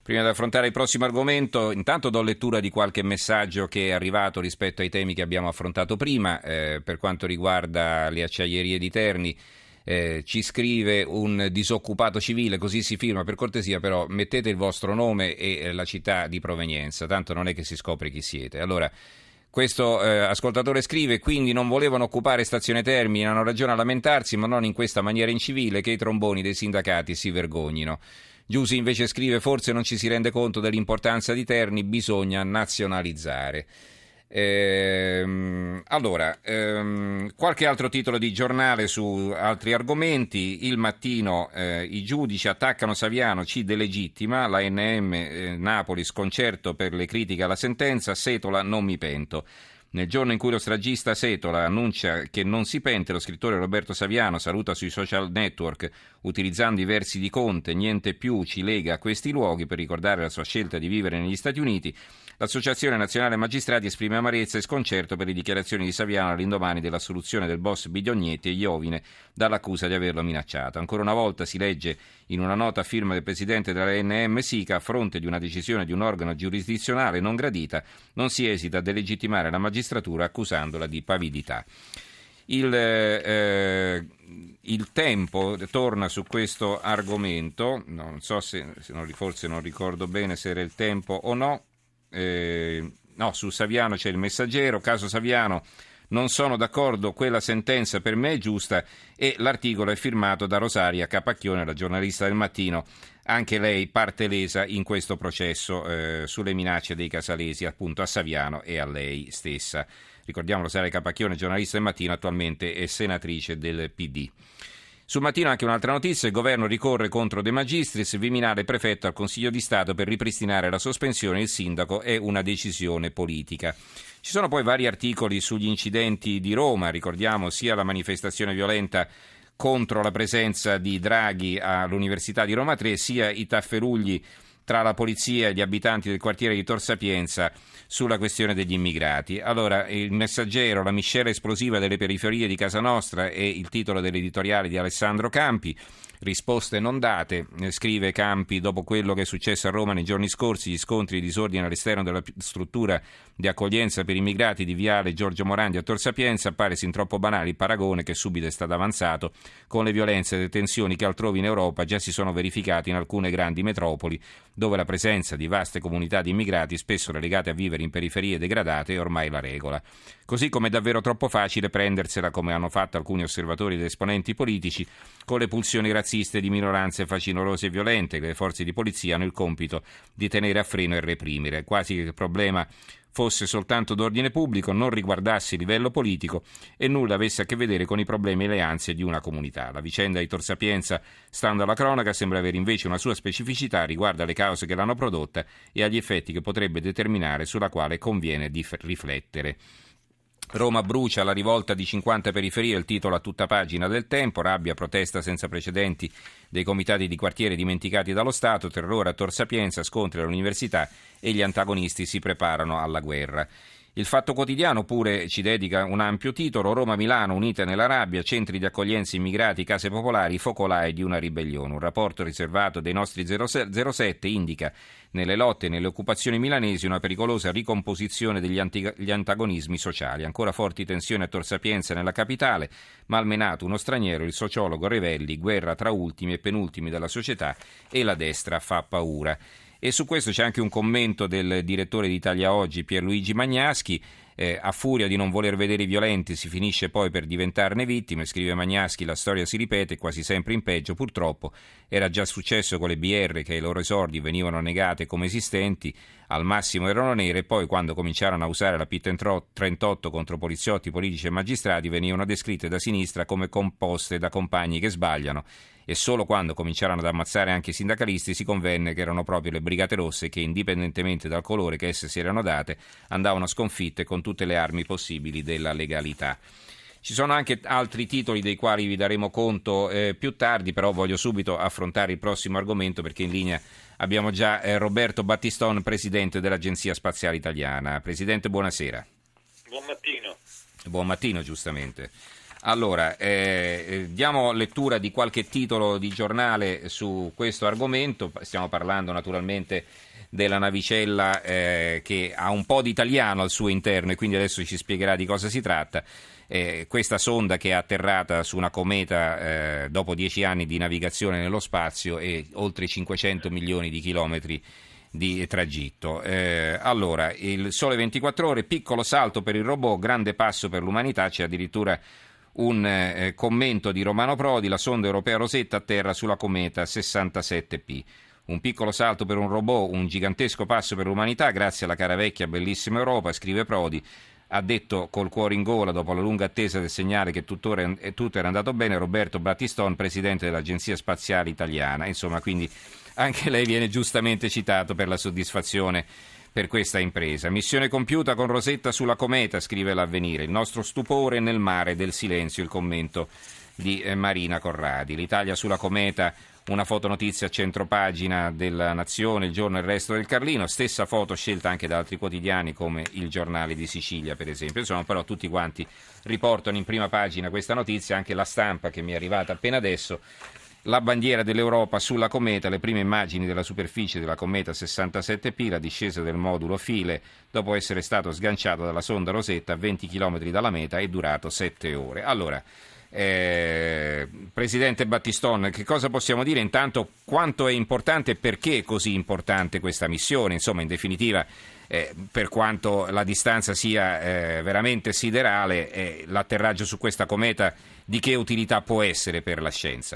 Prima di affrontare il prossimo argomento, intanto do lettura di qualche messaggio che è arrivato rispetto ai temi che abbiamo affrontato prima. Per quanto riguarda le acciaierie di Terni, ci scrive un disoccupato civile, così si firma, per cortesia però mettete il vostro nome e la città di provenienza, tanto non è che si scopre chi siete. Allora, questo ascoltatore scrive: quindi non volevano occupare Stazione Termini, hanno ragione a lamentarsi, ma non in questa maniera incivile, che i tromboni dei sindacati si vergognino. Giusi invece scrive: forse non ci si rende conto dell'importanza di Terni, bisogna nazionalizzare. Qualche altro titolo di giornale su altri argomenti. Il Mattino, i giudici attaccano Saviano, ci delegittima, l'ANM Napoli sconcerto per le critiche alla sentenza, Setola non mi pento. Nel giorno in cui lo stragista Setola annuncia che non si pente, lo scrittore Roberto Saviano saluta sui social network utilizzando i versi di Conte: niente più ci lega a questi luoghi, per ricordare la sua scelta di vivere negli Stati Uniti. L'Associazione Nazionale Magistrati esprime amarezza e sconcerto per le dichiarazioni di Saviano all'indomani dell'assoluzione del boss Bigliognetti e Iovine dall'accusa di averlo minacciato. Ancora una volta si legge in una nota a firma del presidente dell'ANM Sica: a fronte di una decisione di un organo giurisdizionale non gradita, non si esita a delegittimare la magistratura accusandola di pavidità. Il Tempo torna su questo argomento, non so forse non ricordo bene se era il Tempo o no. No, su Saviano c'è il Messaggero: caso Saviano, non sono d'accordo, quella sentenza per me è giusta. E l'articolo è firmato da Rosaria Capacchione, la giornalista del Mattino, anche lei parte lesa in questo processo sulle minacce dei casalesi appunto a Saviano e a lei stessa. Ricordiamo, Rosaria Capacchione, giornalista del Mattino, attualmente è senatrice del PD. Sul Mattino anche un'altra notizia: il governo ricorre contro De Magistris, Viminale prefetto al Consiglio di Stato per ripristinare la sospensione del sindaco, è una decisione politica. Ci sono poi vari articoli sugli incidenti di Roma, ricordiamo sia la manifestazione violenta contro la presenza di Draghi all'Università di Roma 3, sia i tafferugli tra la polizia e gli abitanti del quartiere di Tor Sapienza sulla questione degli immigrati. Allora, il Messaggero, la miscela esplosiva delle periferie di casa nostra, è il titolo dell'editoriale di Alessandro Campi. Risposte non date, scrive Campi, dopo quello che è successo a Roma nei giorni scorsi, gli scontri e i disordini all'esterno della struttura di accoglienza per immigrati di Viale Giorgio Morandi a Tor Sapienza, appare sin troppo banale il paragone che subito è stato avanzato con le violenze e le tensioni che altrove in Europa già si sono verificate in alcune grandi metropoli, dove la presenza di vaste comunità di immigrati, spesso relegate a vivere in periferie degradate, è ormai la regola. Così come è davvero troppo facile prendersela, come hanno fatto alcuni osservatori ed esponenti politici, con le pulsioni razziste di minoranze facinorose e violente che le forze di polizia hanno il compito di tenere a freno e reprimere, quasi che il problema fosse soltanto d'ordine pubblico, non riguardasse il livello politico e nulla avesse a che vedere con i problemi e le ansie di una comunità. La vicenda di Tor Sapienza, stando alla cronaca, sembra avere invece una sua specificità riguardo alle cause che l'hanno prodotta e agli effetti che potrebbe determinare, sulla quale conviene riflettere. Roma brucia, la rivolta di 50 periferie, il titolo a tutta pagina del Tempo. Rabbia, protesta senza precedenti dei comitati di quartiere dimenticati dallo Stato, terrore a Tor Sapienza, scontri all'università e gli antagonisti si preparano alla guerra. Il Fatto Quotidiano pure ci dedica un ampio titolo: Roma-Milano unite nella rabbia, centri di accoglienza immigrati, case popolari, focolai di una ribellione. Un rapporto riservato dei nostri 07 indica nelle lotte e nelle occupazioni milanesi una pericolosa ricomposizione degli antagonismi sociali. Ancora forti tensioni a Tor Sapienza nella capitale, malmenato uno straniero, il sociologo Revelli, guerra tra ultimi e penultimi della società e la destra fa paura. E su questo c'è anche un commento del direttore di Italia Oggi, Pierluigi Magnaschi. A furia di non voler vedere i violenti si finisce poi per diventarne vittime, scrive Magnaschi, la storia si ripete quasi sempre in peggio, purtroppo era già successo con le BR che ai loro esordi venivano negate come esistenti, al massimo erano nere, e poi quando cominciarono a usare la P38 contro poliziotti, politici e magistrati venivano descritte da sinistra come composte da compagni che sbagliano, e solo quando cominciarono ad ammazzare anche i sindacalisti si convenne che erano proprio le Brigate Rosse che, indipendentemente dal colore che esse si erano date, andavano sconfitte con tutte le armi possibili della legalità. Ci sono anche altri titoli dei quali vi daremo conto più tardi, però voglio subito affrontare il prossimo argomento perché in linea abbiamo già Roberto Battiston, presidente dell'Agenzia Spaziale Italiana. Presidente, buonasera. Buon mattino. Buon mattino, giustamente. Allora, diamo lettura di qualche titolo di giornale su questo argomento. Stiamo parlando naturalmente della navicella che ha un po' di italiano al suo interno e quindi adesso ci spiegherà di cosa si tratta. Questa sonda che è atterrata su una cometa dopo 10 anni di navigazione nello spazio e oltre 500 milioni di chilometri di tragitto. Allora, il Sole 24 Ore, piccolo salto per il robot, grande passo per l'umanità, c'è addirittura un commento di Romano Prodi: la sonda europea Rosetta atterra sulla cometa 67P. Un piccolo salto per un robot, un gigantesco passo per l'umanità, grazie alla cara vecchia bellissima Europa, scrive Prodi. Ha detto col cuore in gola, dopo la lunga attesa del segnale che tutto era andato bene, Roberto Battiston, presidente dell'Agenzia Spaziale Italiana. Insomma, quindi anche lei viene giustamente citato per la soddisfazione per questa impresa. Missione compiuta con Rosetta sulla cometa, scrive l'Avvenire. Il nostro stupore nel mare del silenzio, il commento di Marina Corradi. L'Italia sulla cometa, una fotonotizia a centropagina della Nazione, Il Giorno e il Resto del Carlino, stessa foto scelta anche da altri quotidiani come Il Giornale di Sicilia, per esempio. Insomma, però tutti quanti riportano in prima pagina questa notizia, anche La Stampa, che mi è arrivata appena adesso. La bandiera dell'Europa sulla cometa, le prime immagini della superficie della cometa 67P, la discesa del modulo File dopo essere stato sganciato dalla sonda Rosetta a 20 km dalla meta, è durato 7 ore. Allora, Presidente Battiston, che cosa possiamo dire intanto, quanto è importante e perché è così importante questa missione? Insomma, in definitiva, per quanto la distanza sia veramente siderale, l'atterraggio su questa cometa di che utilità può essere per la scienza?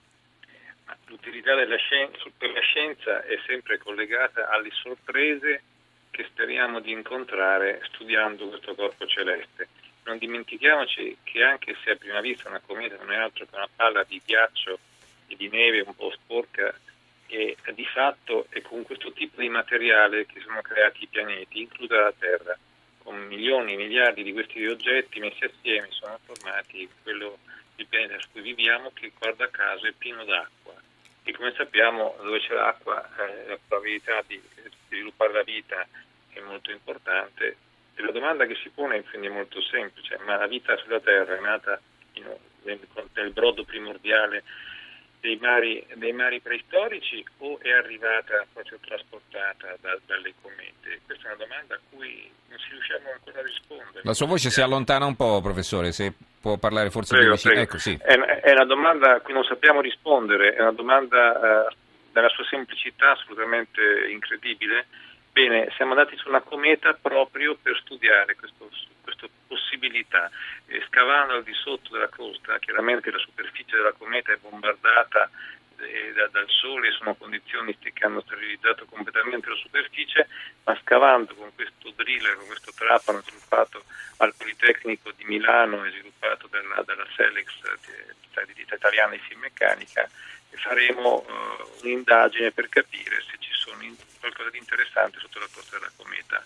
L'utilità per la scienza è sempre collegata alle sorprese che speriamo di incontrare studiando questo corpo celeste. Non dimentichiamoci che anche se a prima vista una cometa non è altro che una palla di ghiaccio e di neve un po' sporca, e di fatto è con questo tipo di materiale che sono creati i pianeti, inclusa la Terra. Con milioni e miliardi di questi oggetti messi assieme sono formati il pianeta su cui viviamo, che guarda caso è pieno d'acqua. E come sappiamo, dove c'è l'acqua la probabilità di sviluppare la vita è molto importante. E la domanda che si pone è quindi molto semplice: ma la vita sulla Terra è nata nel brodo primordiale dei mari preistorici o è arrivata proprio trasportata dalle comete? Questa è una domanda a cui non si riusciamo ancora a rispondere. La sua voce si allontana un po', professore, se può parlare forse più vicino. Prego. Ecco, sì. È una domanda a cui non sappiamo rispondere, è una domanda dalla sua semplicità assolutamente incredibile. Bene, siamo andati su una cometa proprio per studiare questa possibilità, scavando al di sotto della crosta. Chiaramente la superficie della cometa è bombardata dal Sole, sono condizioni che hanno sterilizzato completamente la superficie, ma scavando con questo driller, con questo trapano sviluppato al Politecnico di Milano e sviluppato dalla Selex, ditta italiana di Finmeccanica, faremo un'indagine per capire se ci sono qualcosa di interessante sotto la crosta della cometa.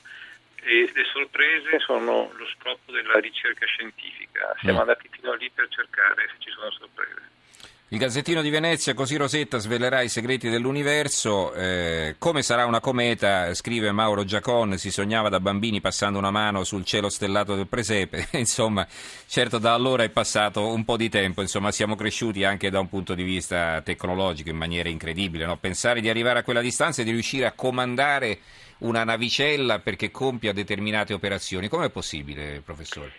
E le sorprese sono lo scopo della ricerca scientifica. Siamo andati fino lì per cercare se ci sono sorprese. Il Gazzettino di Venezia, così Rosetta svelerà i segreti dell'universo. Come sarà una cometa, scrive Mauro Giacon, si sognava da bambini passando una mano sul cielo stellato del presepe. Insomma, certo da allora è passato un po' di tempo, insomma siamo cresciuti anche da un punto di vista tecnologico in maniera incredibile, no? Pensare di arrivare a quella distanza e di riuscire a comandare una navicella perché compia determinate operazioni. Com'è possibile, professore?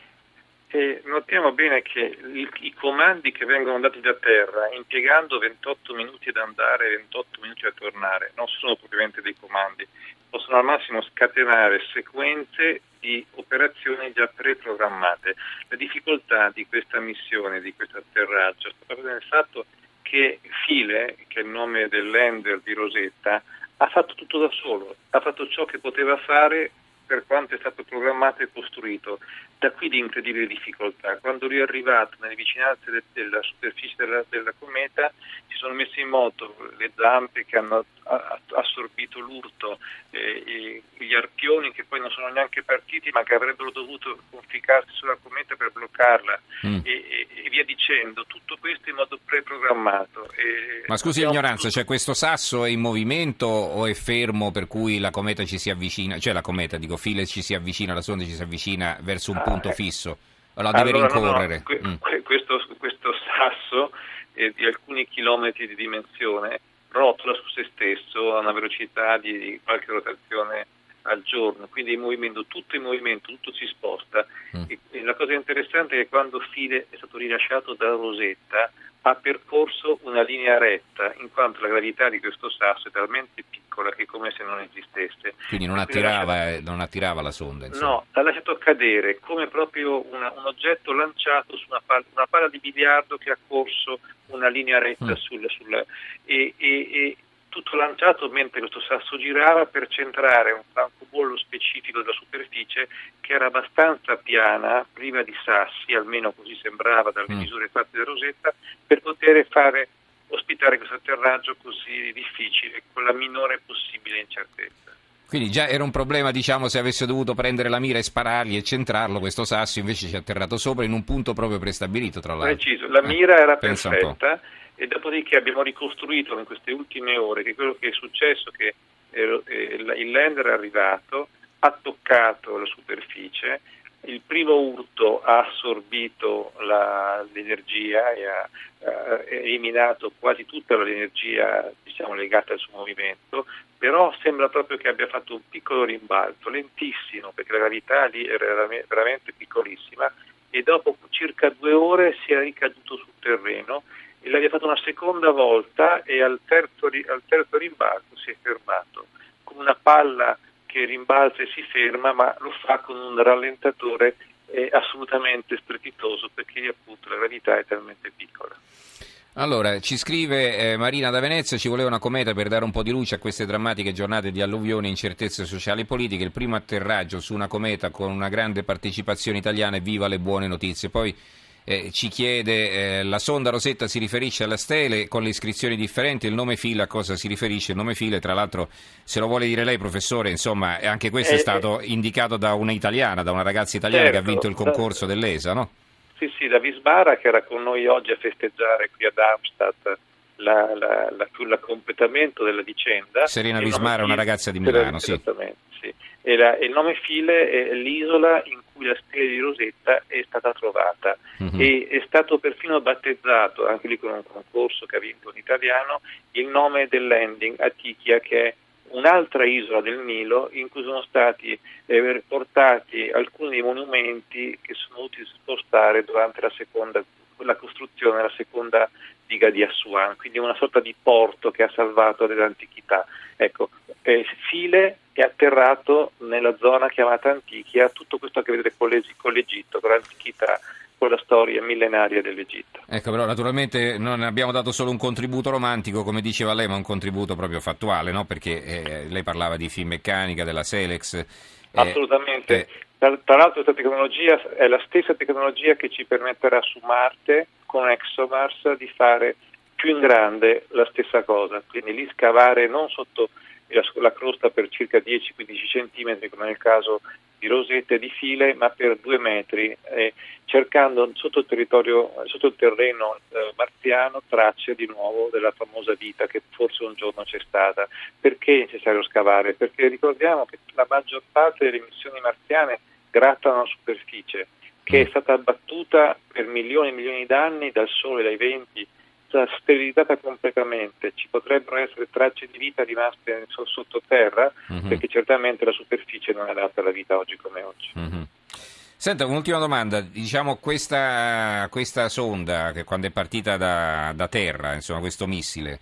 Notiamo bene che i comandi che vengono dati da terra, impiegando 28 minuti ad andare e 28 minuti a tornare, non sono propriamente dei comandi, possono al massimo scatenare sequenze di operazioni già preprogrammate. La difficoltà di questa missione, di questo atterraggio, sta proprio nel fatto che File, che è il nome del lander di Rosetta, ha fatto tutto da solo, ha fatto ciò che poteva fare per quanto è stato programmato e costruito. Da qui di incredibili difficoltà. Quando lui è arrivato nelle vicinanze della superficie della cometa, si sono messe in moto le zampe che hanno assorbito l'urto, gli arpioni che poi non sono neanche partiti ma che avrebbero dovuto conficcarsi sulla cometa per bloccarla e via dicendo. Tutto questo in modo preprogrammato. Ma scusi l'ignoranza, cioè questo sasso è in movimento o è fermo per cui la cometa ci si avvicina, cioè la cometa, dico, File ci si avvicina, la sonda ci si avvicina verso un punto fisso? la deve rincorrere? Questo sasso di alcuni chilometri di dimensione rotola su se stesso a una velocità di qualche rotazione al giorno, quindi tutto in movimento, tutto si sposta. E la cosa interessante è che quando Philae è stato rilasciato da Rosetta ha percorso una linea retta, in quanto la gravità di questo sasso è talmente piccola che è come se non esistesse. Quindi non attirava la sonda, insomma. No, l'ha lasciato cadere come proprio un oggetto lanciato su una palla di biliardo che ha corso una linea retta e tutto lanciato mentre questo sasso girava per centrare un francobollo specifico della superficie che era abbastanza piana, priva di sassi, almeno così sembrava dalle misure fatte da Rosetta, per poter ospitare questo atterraggio così difficile con la minore possibile incertezza. Quindi già era un problema, diciamo, se avesse dovuto prendere la mira e sparargli e centrarlo, questo sasso invece ci è atterrato sopra in un punto proprio prestabilito, tra l'altro. Preciso, la mira era perfetta. E dopodiché abbiamo ricostruito in queste ultime ore che quello che è successo è che il lander è arrivato, ha toccato la superficie, il primo urto ha assorbito l'energia e ha eliminato quasi tutta l'energia, diciamo, legata al suo movimento, però sembra proprio che abbia fatto un piccolo rimbalzo, lentissimo, perché la gravità lì era veramente piccolissima, e dopo circa 2 ore si è ricaduto sul terreno e l'aveva fatto una seconda volta e al terzo rimbalzo si è fermato, come una palla che rimbalza e si ferma, ma lo fa con un rallentatore assolutamente strepitoso, perché appunto la gravità è talmente piccola. Allora, ci scrive Marina da Venezia, ci voleva una cometa per dare un po' di luce a queste drammatiche giornate di alluvioni e incertezze sociali e politiche, il primo atterraggio su una cometa con una grande partecipazione italiana e viva le buone notizie. Poi ci chiede, la sonda Rosetta si riferisce alla stele con le iscrizioni differenti, il nome Philae a cosa si riferisce? Il nome Philae, tra l'altro, se lo vuole dire lei, professore, insomma, anche questo è stato indicato da una ragazza italiana, certo, che ha vinto il concorso dell'ESA, no? Sì, da Vismara, che era con noi oggi a festeggiare qui a Darmstadt il completamento della vicenda. Serena Vismara è una ragazza di Milano, sì. Esattamente, sì. E il nome Philae è l'isola in cui la stella di Rosetta è stata trovata e è stato perfino battezzato, anche lì con un concorso che ha vinto un italiano, il nome del landing Atichia, che è un'altra isola del Nilo in cui sono stati portati alcuni dei monumenti che sono dovuti spostare durante la costruzione della seconda diga di Assuan, quindi una sorta di porto che ha salvato dell'antichità. Ecco, Philae è atterrato nella zona chiamata Antichia, tutto questo ha a che vedere con l'Egitto, con l'antichità, con la storia millenaria dell'Egitto. Ecco, però naturalmente non abbiamo dato solo un contributo romantico, come diceva lei, ma un contributo proprio fattuale, no? Perché lei parlava di Finmeccanica, della Selex. Assolutamente. Tra l'altro questa tecnologia è la stessa tecnologia che ci permetterà su Marte, con ExoMars, di fare più in grande la stessa cosa, quindi lì scavare non sotto la crosta per circa 10-15 centimetri, come nel caso di Rosetta e di Philae, ma per 2 metri, cercando sotto il terreno marziano tracce di nuovo della famosa vita che forse un giorno c'è stata. Perché è necessario scavare? Perché ricordiamo che la maggior parte delle missioni marziane grattano la superficie, che è stata abbattuta per milioni e milioni d'anni dal sole, dai venti, sterilizzata completamente. Ci potrebbero essere tracce di vita rimaste sottoterra, perché certamente la superficie non è adatta alla vita oggi come oggi. Senta, un'ultima domanda, diciamo questa sonda che quando è partita da terra, insomma questo missile,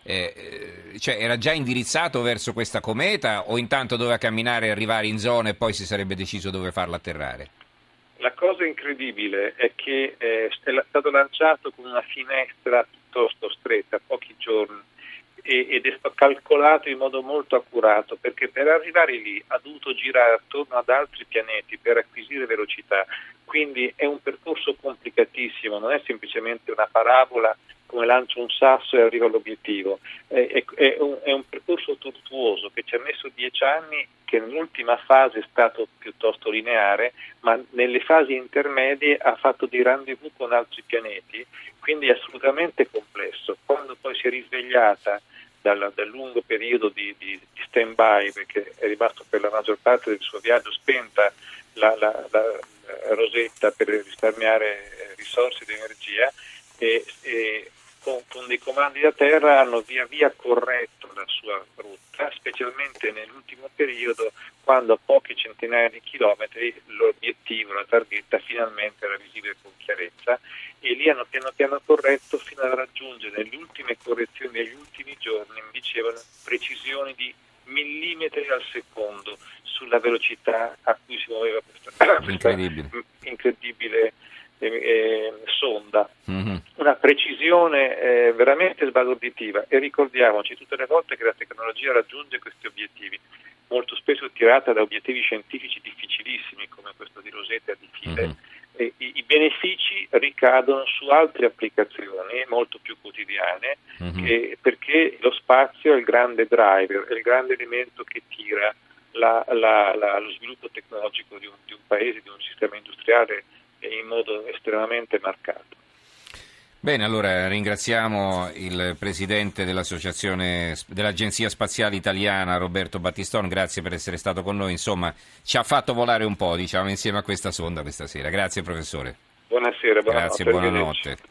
cioè era già indirizzato verso questa cometa o intanto doveva camminare e arrivare in zona e poi si sarebbe deciso dove farla atterrare? La cosa incredibile è che è stato lanciato con una finestra piuttosto stretta, pochi giorni, ed è stato calcolato in modo molto accurato, perché per arrivare lì ha dovuto girare attorno ad altri pianeti per acquisire velocità, quindi è un percorso complicatissimo, non è semplicemente una parabola come lancio un sasso e arrivo all'obiettivo, è un percorso tortuoso che ci ha messo 10 anni, che nell'ultima fase è stato piuttosto lineare, ma nelle fasi intermedie ha fatto dei rendezvous con altri pianeti, quindi è assolutamente complesso. Quando poi si è risvegliata dal lungo periodo di stand-by, perché è rimasto per la maggior parte del suo viaggio spenta Rosetta per risparmiare risorse di energia e con dei comandi da terra hanno via via corretto la sua rotta, specialmente nell'ultimo periodo, quando a poche centinaia di chilometri l'obiettivo, la targhetta finalmente era visibile con chiarezza, e lì hanno piano piano corretto fino a raggiungere nelle ultime correzioni degli ultimi giorni, mi dicevano, precisioni di millimetri al secondo sulla velocità a cui si muoveva questa incredibile sonda. Mm-hmm. Una precisione veramente sbalorditiva, e ricordiamoci tutte le volte che la tecnologia raggiunge questi obiettivi, molto spesso tirata da obiettivi scientifici difficilissimi come questo di Rosetta di Philae, Mm-hmm. e i benefici ricadono su altre applicazioni molto più quotidiane, Mm-hmm. perché lo spazio è il grande driver, è il grande elemento che tira lo sviluppo tecnologico di un paese, di un sistema industriale in modo estremamente marcato. Bene, allora ringraziamo il presidente dell'Agenzia Spaziale Italiana, Roberto Battiston, grazie per essere stato con noi, insomma ci ha fatto volare un po', diciamo, insieme a questa sonda questa sera. Grazie professore. Buonasera, buonanotte. Grazie, buonanotte.